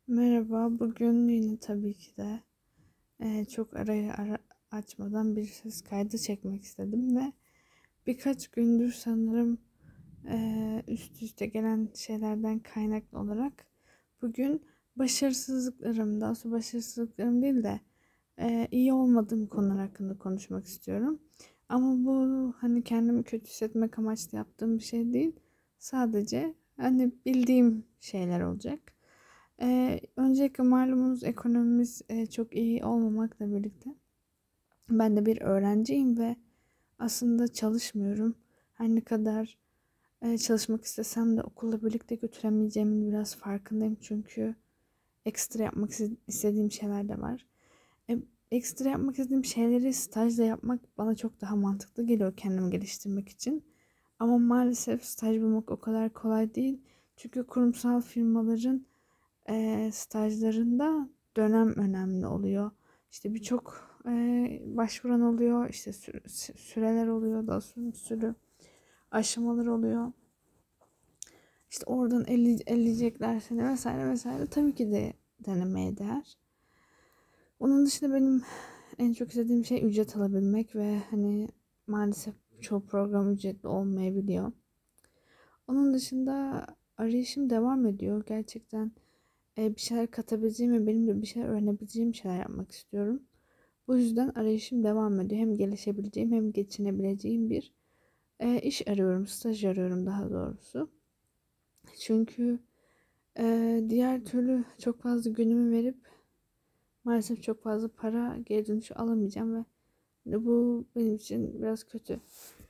Merhaba, bugün yine tabii ki de çok açmadan bir ses kaydı çekmek istedim ve birkaç gündür sanırım üst üste gelen şeylerden kaynaklı olarak bugün başarısızlıklarım, daha sonra başarısızlıklarım değil de iyi olmadığım konular hakkında konuşmak istiyorum. Ama bu hani kendimi kötü hissetmek amaçlı yaptığım bir şey değil. Sadece hani bildiğim şeyler olacak. Öncelikle malumunuz ekonomimiz çok iyi olmamakla birlikte ben de bir öğrenciyim ve aslında çalışmıyorum. Her ne kadar çalışmak istesem de okulla birlikte götüremeyeceğimin biraz farkındayım. Çünkü ekstra yapmak istediğim şeyler de var. E, Ekstra yapmak istediğim şeyleri stajla yapmak bana çok daha mantıklı geliyor kendimi geliştirmek için. Ama maalesef staj bulmak o kadar kolay değil. Çünkü kurumsal firmaların stajlarında dönem önemli oluyor. İşte birçok başvuran oluyor. İşte süreler oluyor. Daha sonra sürü aşamalar oluyor. İşte oradan eleyecekler seni vesaire vesaire. Tabii ki de denemeye değer. Onun dışında benim en çok istediğim şey ücret alabilmek ve hani maalesef çoğu program ücretli olmayabiliyor. Onun dışında arayışım devam ediyor. Gerçekten bir şeyler katabileceğim ve benim de bir şeyler öğrenebileceğim şeyler yapmak istiyorum. Bu yüzden arayışım devam ediyor. Hem gelişebileceğim hem geçinebileceğim bir iş arıyorum, staj arıyorum daha doğrusu. Çünkü diğer türlü çok fazla günümü verip maalesef çok fazla para geri dönüşü alamayacağım ve bu benim için biraz kötü.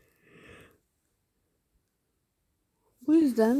Bu yüzden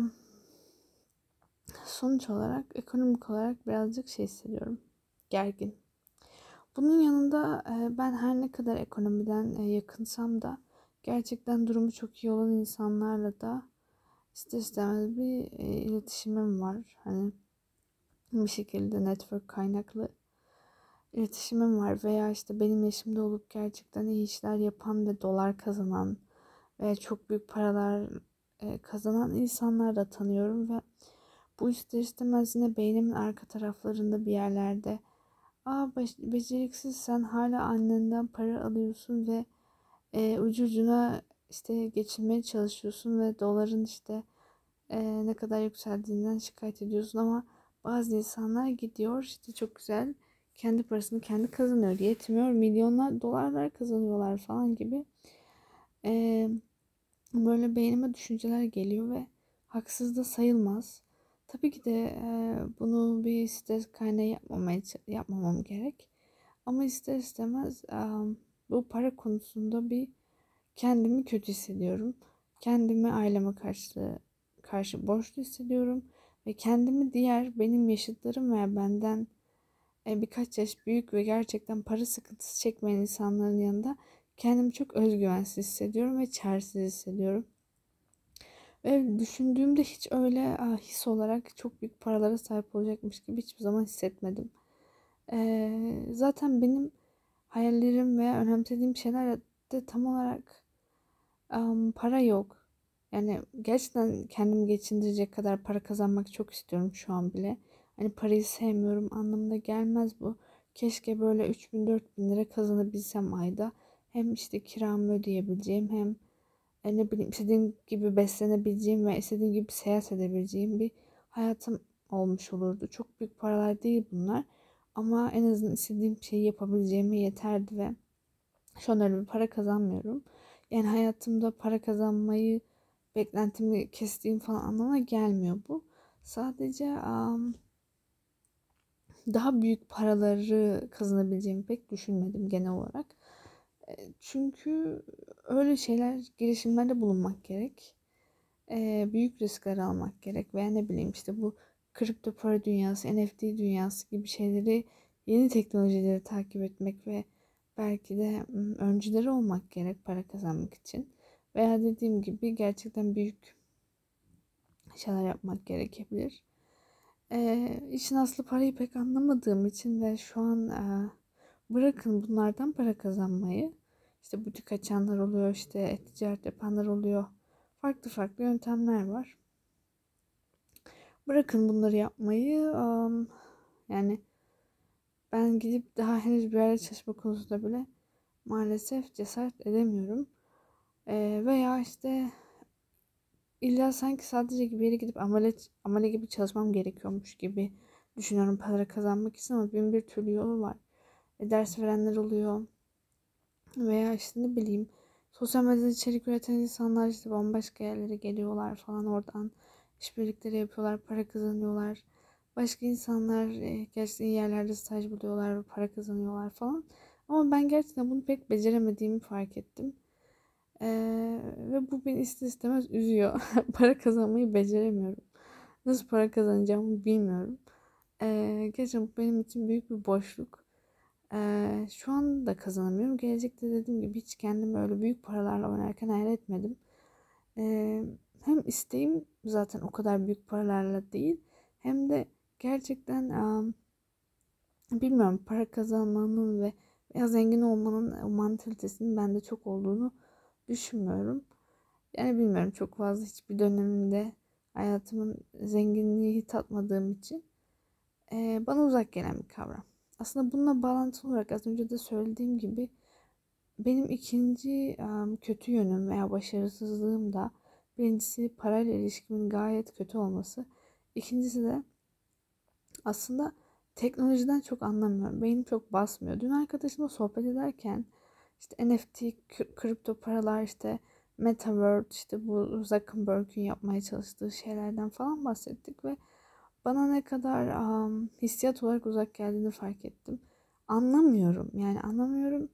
sonuç olarak ekonomik olarak birazcık hissediyorum. Gergin. Bunun yanında ben her ne kadar ekonomiden yakınsam da gerçekten durumu çok iyi olan insanlarla da ister istemez bir iletişimim var. Hani bir şekilde network kaynaklı iletişimim var veya işte benim yaşımda olup gerçekten iyi işler yapan ve dolar kazanan ve çok büyük paralar kazanan insanlar da tanıyorum ve bu ister istemez yine beynimin arka taraflarında bir yerlerde beceriksiz sen hala annenden para alıyorsun ve ucu ucuna işte geçinmeye çalışıyorsun ve doların işte ne kadar yükseldiğinden şikayet ediyorsun ama bazı insanlar gidiyor işte çok güzel kendi parasını kendi kazanıyor, yetmiyor, milyonlar dolarlar kazanıyorlar falan gibi e, böyle beynime düşünceler geliyor ve haksız da sayılmaz. Tabii ki de bunu bir stres kaynağı yapmamam gerek. Ama ister istemez bu para konusunda bir kendimi kötü hissediyorum. Kendimi aileme karşı borçlu hissediyorum ve kendimi diğer benim yaşıtlarım veya benden birkaç yaş büyük ve gerçekten para sıkıntısı çekmeyen insanların yanında kendimi çok özgüvensiz hissediyorum ve çaresiz hissediyorum. Ve düşündüğümde hiç öyle his olarak çok büyük paralara sahip olacakmış gibi hiçbir zaman hissetmedim. Zaten benim hayallerim veya önemsediğim şeyler de tam olarak para yok. Yani gerçekten kendimi geçindirecek kadar para kazanmak çok istiyorum şu an bile. Hani parayı sevmiyorum anlamına gelmez bu. Keşke böyle 3.000 4.000 lira kazanabilsem ayda. Hem işte kiramı ödeyebileceğim hem ne bileyim istediğim gibi beslenebileceğim ve istediğim gibi seyahat edebileceğim bir hayatım olmuş olurdu. Çok büyük paralar değil bunlar. Ama en azından istediğim şeyi yapabileceğime yeterdi ve şu an öyle bir para kazanmıyorum. Yani hayatımda para kazanmayı beklentimi kestiğim falan anlamına gelmiyor bu. Sadece daha büyük paraları kazanabileceğimi pek düşünmedim genel olarak. Çünkü öyle girişimlerde bulunmak gerek. Büyük riskler almak gerek veya ne bileyim işte bu kripto para dünyası, NFT dünyası gibi şeyleri, yeni teknolojileri takip etmek ve belki de öncüleri olmak gerek para kazanmak için. Veya dediğim gibi gerçekten büyük şeyler yapmak gerekebilir. İşin aslı parayı pek anlamadığım için ve şu an bırakın bunlardan para kazanmayı. İşte butik açanlar oluyor, işte ticaret yapanlar oluyor. Farklı farklı yöntemler var. Bırakın bunları yapmayı. Yani ben gidip daha henüz bir yerde çalışma konusunda bile maalesef cesaret edemiyorum. Veya işte illa sanki sadece bir yere gidip amele gibi çalışmam gerekiyormuş gibi düşünüyorum para kazanmak için, ama bin bir türlü yolu var. Ders verenler oluyor veya işte ne bileyim sosyal medyada içerik üreten insanlar işte bambaşka yerlere geliyorlar falan, oradan işbirlikleri yapıyorlar, para kazanıyorlar. Başka insanlar gerçekten iyi yerlerde staj buluyorlar ve para kazanıyorlar falan. Ama ben gerçekten bunu pek beceremediğimi fark ettim. Ve bu beni ister istemez üzüyor. Para kazanmayı beceremiyorum. Nasıl para kazanacağımı bilmiyorum. Gerçekten bu benim için büyük bir boşluk. Şu an da kazanamıyorum. Gelecekte dediğim gibi hiç kendimi öyle büyük paralarla oynarken hayal etmedim. Ee, Hem isteğim zaten o kadar büyük paralarla değil. Hem de gerçekten bilmiyorum, para kazanmanın veya zengin olmanın o mantalitesinin bende çok olduğunu düşünmüyorum. Yani bilmiyorum, çok fazla hiçbir döneminde hayatımın zenginliği tatmadığım için bana uzak gelen bir kavram. Aslında bununla bağlantılı olarak az önce de söylediğim gibi benim ikinci kötü yönüm veya başarısızlığım da, birincisi parayla ilişkimin gayet kötü olması. İkincisi de aslında teknolojiden çok anlamıyorum. Beynim çok basmıyor. Dün arkadaşımla sohbet ederken işte NFT, kripto paralar, işte Metaverse, işte bu Zuckerberg'ün yapmaya çalıştığı şeylerden falan bahsettik ve bana ne kadar hissiyat olarak uzak geldiğini fark ettim. Anlamıyorum, yani anlamıyorum.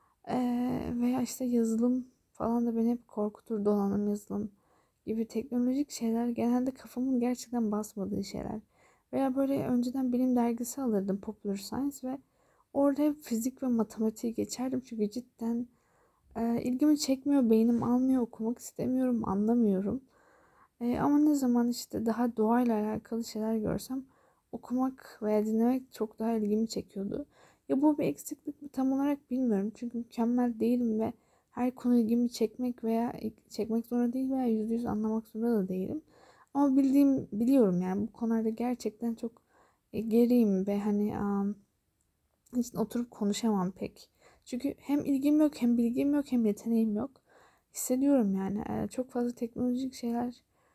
Veya işte yazılım falan da beni hep korkutur, donanım yazılım gibi teknolojik şeyler genelde kafamın gerçekten basmadığı şeyler. Veya böyle önceden bilim dergisi alırdım, Popular Science, ve orada hep fizik ve matematiği geçerdim çünkü cidden ilgimi çekmiyor, beynim almıyor, okumak istemiyorum, anlamıyorum. Ama ne zaman işte daha doğayla alakalı şeyler görsem okumak veya dinlemek çok daha ilgimi çekiyordu. Ya bu bir eksiklik mi tam olarak bilmiyorum. Çünkü mükemmel değilim ve her konu ilgimi çekmek veya çekmek zorunda değil veya %100 anlamak zorunda da değilim. Ama biliyorum yani bu konularda gerçekten çok geriyim ve hani hiç oturup konuşamam pek. Çünkü hem ilgim yok, hem bilgim yok, hem yeteneğim yok. Hissediyorum yani. Çok fazla teknolojik şeyler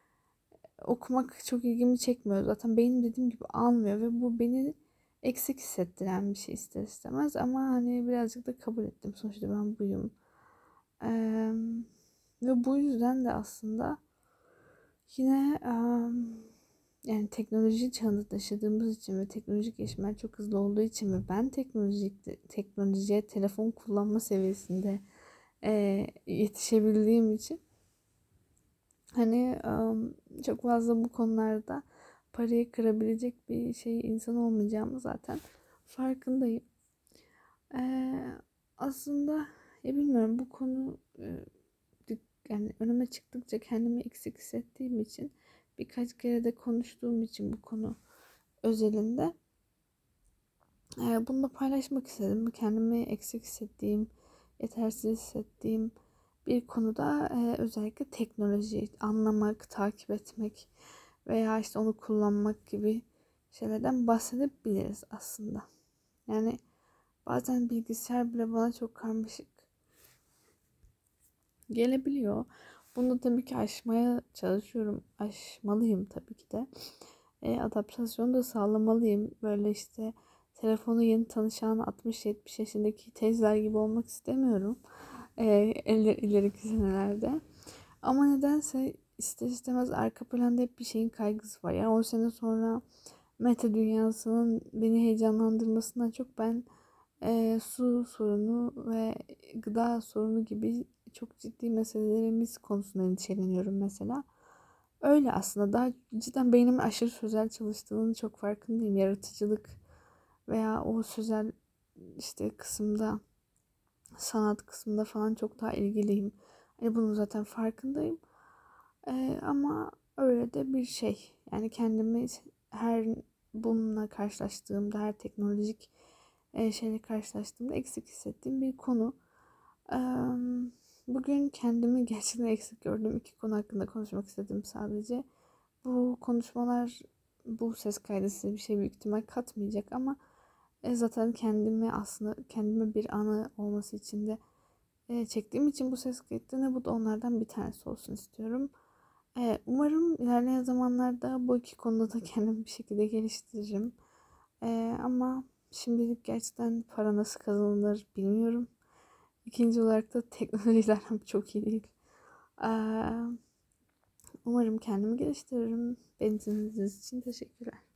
okumak çok ilgimi çekmiyor. Zaten benim dediğim gibi almıyor ve bu beni eksik hissettiren bir şey ister istemez. Ama hani birazcık da kabul ettim. Sonuçta ben buyum. Ee, Ve bu yüzden de aslında yine yani teknoloji çağında taşıdığımız için ve teknolojik gelişmeler çok hızlı olduğu için ve ben teknolojiye telefon kullanma seviyesinde yetişebildiğim için hani çok fazla bu konularda parayı kırabilecek bir insan olmayacağımı zaten farkındayım. Eee, Aslında ya bilmiyorum, bu konu yani önüme çıktıkça kendimi eksik hissettiğim için, birkaç kere de konuştuğum için bu konu özelinde bunu da paylaşmak istedim. Kendimi eksik hissettiğim, yetersiz hissettiğim bir konuda özellikle teknolojiyi anlamak, takip etmek veya işte onu kullanmak gibi şeylerden bahsedebiliriz aslında. Yani bazen bilgisayar bile bana çok karmaşık gelebiliyor. Bunu tabii ki aşmaya çalışıyorum. Aşmalıyım tabii ki de. Adaptasyon da sağlamalıyım. Böyle işte telefonu yeni tanışan 60-70 yaşındaki teyzeler gibi olmak istemiyorum. İleriki senelerde. Ama nedense ister istemez arka planda hep bir şeyin kaygısı var. Yani 10 sene sonra meta dünyasının beni heyecanlandırmasından çok ben su sorunu ve gıda sorunu gibi çok ciddi meselelerimiz konusunda endişeleniyorum mesela. Öyle aslında daha cidden beynimin aşırı sözel çalıştığının çok farkındayım. Yaratıcılık veya o sözel işte kısımda, sanat kısmında falan çok daha ilgiliyim. Hani bunun zaten farkındayım. Ama öyle de bir şey. Yani kendimi her bununla karşılaştığımda, her teknolojik şeyle karşılaştığımda eksik hissettiğim bir konu. Eee, Bugün kendimi gerçekten eksik gördüğüm iki konu hakkında konuşmak istedim sadece. Bu konuşmalar bu ses kaydı size bir şey büyük ihtimal katmayacak ama zaten kendime bir anı olması için de çektiğim için bu ses kayıtlarını, bu da onlardan bir tanesi olsun istiyorum. Umarım ilerleyen zamanlarda bu iki konuda da kendimi bir şekilde geliştiririm. Ama şimdilik gerçekten para nasıl kazanılır bilmiyorum. İkinci olarak da teknolojiyle aram çok iyi değil. Eee, Umarım kendimi geliştiririm. Beni dinlediğiniz için teşekkürler.